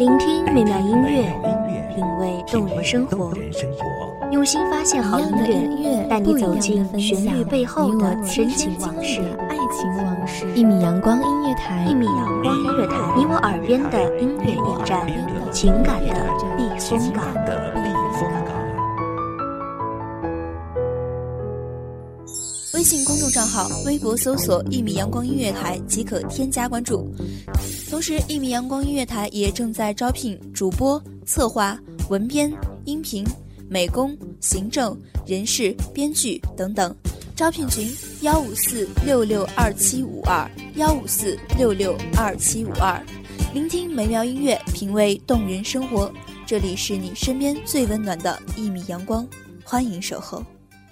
聆听美妙音乐，品味动人生活，用心发现好音乐，带你走进旋律背后的深情往事。 爱情往事。一米阳光音乐台， 一米阳光音乐台，你我耳边的音乐驿站，情感的避风港。 微信公众账号、微博搜索“一米阳光音乐台”即可添加关注。同时，一米阳光音乐台也正在招聘主播、策划、文编、音频、美工、行政、人事、编剧等等。招聘群154662752，154662752。聆听美妙音乐，品味动人生活。这里是你身边最温暖的一米阳光，欢迎守候。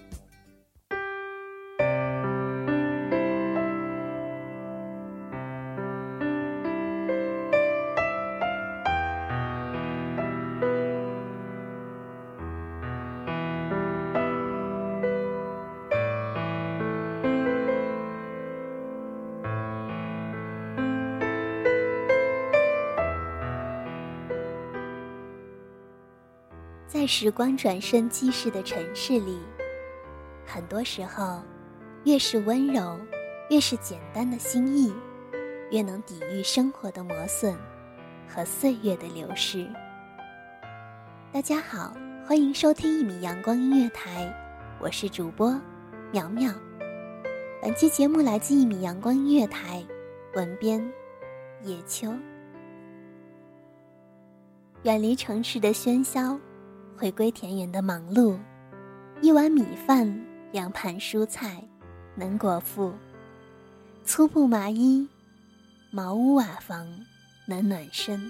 在时光转瞬即逝的城市里，很多时候，越是温柔，越是简单的心意，越能抵御生活的磨损和岁月的流逝。大家好，欢迎收听一米阳光音乐台，我是主播苗苗。本期节目来自一米阳光音乐台，文编叶秋。远离城市的喧嚣，回归田园的忙碌，一碗米饭，2盘蔬菜，能果腹；粗布麻衣，茅屋瓦房，能暖身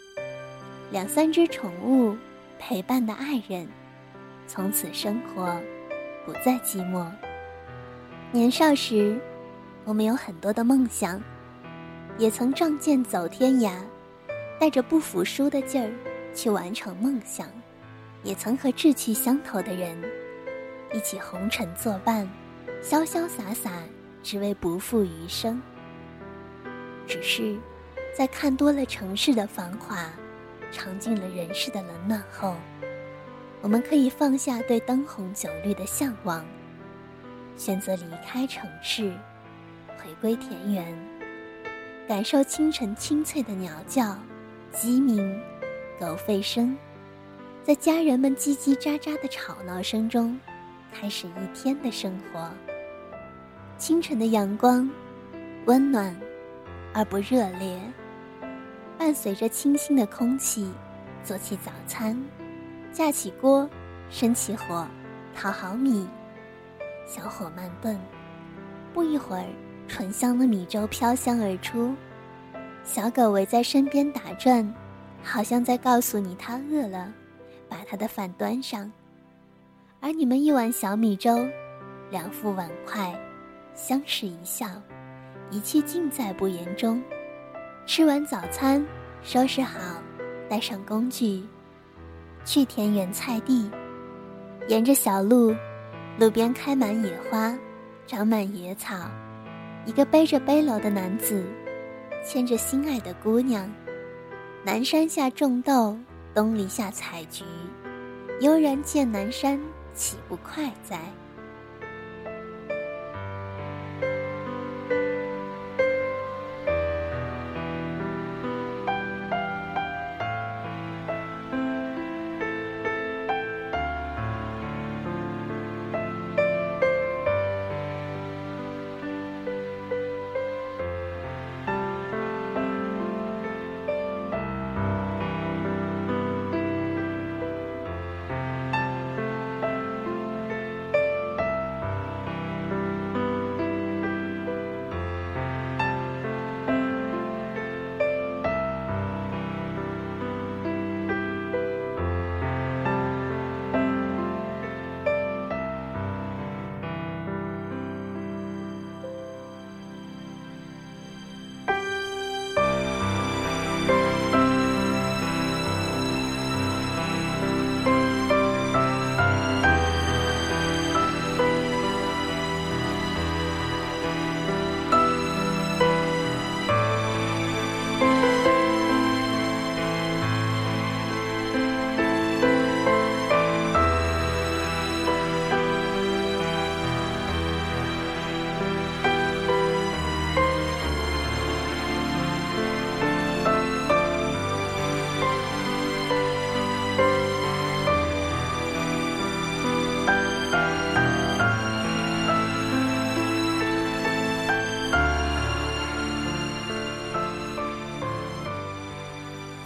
；2-3只宠物，陪伴的爱人，从此生活不再寂寞。年少时，我们有很多的梦想，也曾仗剑走天涯，带着不服输的劲儿去完成梦想。也曾和志趣相投的人一起红尘作伴，潇潇洒洒，只为不负余生。只是在看多了城市的繁华，尝尽了人世的冷暖后，我们可以放下对灯红酒绿的向往，选择离开城市，回归田园，感受清晨清脆的鸟叫、鸡鸣、狗吠声，在家人们叽叽喳喳的吵闹声中，开始一天的生活。清晨的阳光，温暖而不热烈，伴随着清新的空气，做起早餐，架起锅，生起火，淘好米，小火慢炖。不一会儿，醇香的米粥飘香而出，小狗围在身边打转，好像在告诉你它饿了，把他的饭端上。而你们一碗小米粥，2副碗筷，相视一笑，一切尽在不言中。吃完早餐，收拾好，带上工具，去田园菜地。沿着小路，路边开满野花，长满野草。一个背着背篓的男子，牵着心爱的姑娘，南山下种豆，东篱下采菊，悠然见南山，岂不快哉？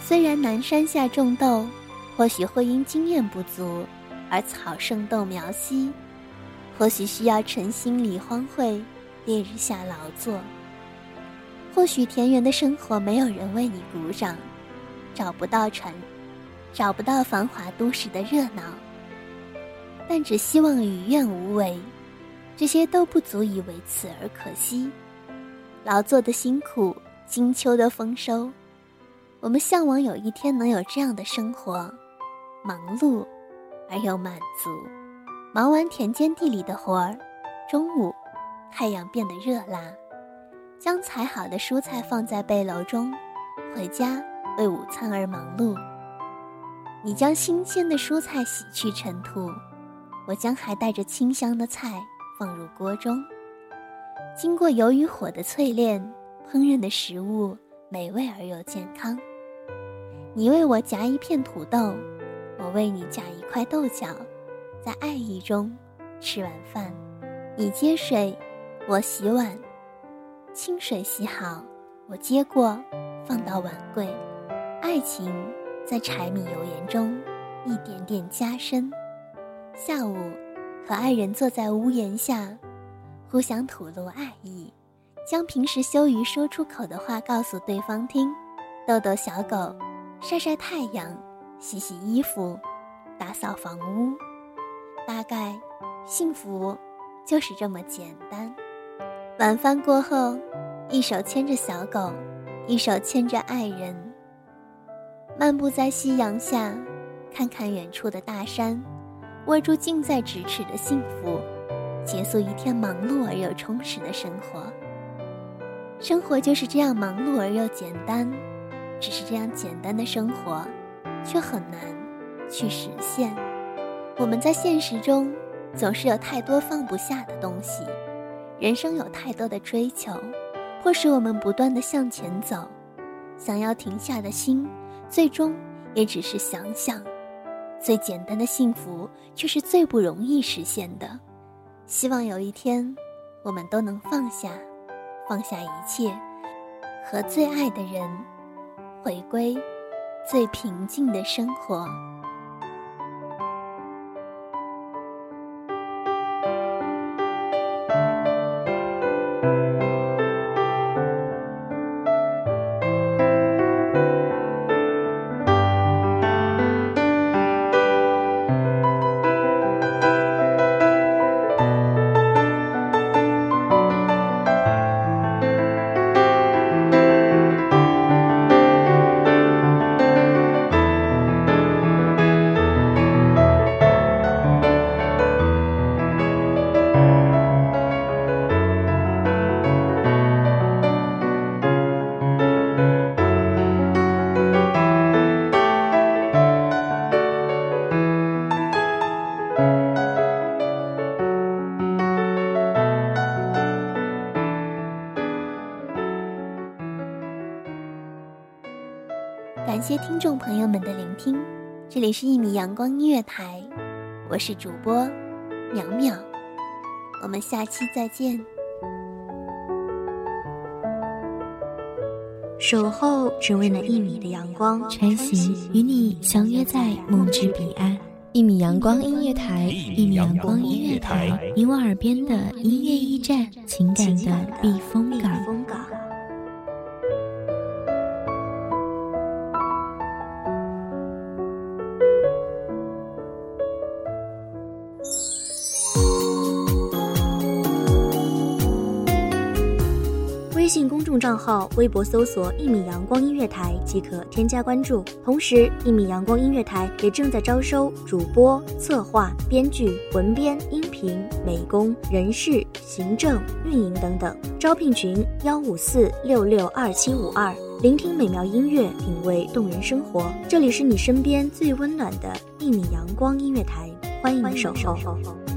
虽然南山下种豆，或许会因经验不足而草盛豆苗稀，或许需要晨兴理荒秽，烈日下劳作，或许田园的生活没有人为你鼓掌，找不到繁华都市的热闹，但只希望与愿无违，这些都不足以为此而可惜。劳作的辛苦，金秋的丰收，我们向往有一天能有这样的生活，忙碌而又满足。忙完田间地里的活儿，中午太阳变得热辣，将采好的蔬菜放在背篓中，回家为午餐而忙碌。你将新鲜的蔬菜洗去尘土，我将还带着清香的菜放入锅中。经过油与火的淬炼，烹饪的食物美味而又健康。你为我夹一片土豆，我为你夹一块豆角，在爱意中吃完饭。你接水，我洗碗，清水洗好，我接过放到碗柜。爱情在柴米油盐中一点点加深。下午和爱人坐在屋檐下，互相吐露爱意，将平时羞于说出口的话告诉对方听，逗逗小狗，晒晒太阳，洗洗衣服，打扫房屋。大概幸福就是这么简单。晚饭过后，一手牵着小狗，一手牵着爱人，漫步在夕阳下，看看远处的大山，握住近在咫尺的幸福，结束一天忙碌而又充实的生活。生活就是这样忙碌而又简单，只是这样简单的生活却很难去实现。我们在现实中总是有太多放不下的东西，人生有太多的追求，迫使我们不断地向前走。想要停下的心，最终也只是想想。最简单的幸福却是最不容易实现的。希望有一天我们都能放下一切，和最爱的人回归最平静的生活。感谢听众朋友们的聆听，这里是1米阳光音乐台，我是主播淼淼，我们下期再见。 守候只为那1米的阳光， 晨曦与你相约在梦之彼岸。1米阳光音乐台，1米阳光音乐台，你我耳边的音乐驿站，情感的避风港。 微信公众账号、微博搜索1米阳光音乐台即可添加关注。同时，1米阳光音乐台也正在招收主播、策划、编剧、文编、音频、美工、人事、行政、运营等等。招聘群154662752。聆听美妙音乐，品味动人生活。这里是你身边最温暖的1米阳光音乐台，欢迎守候。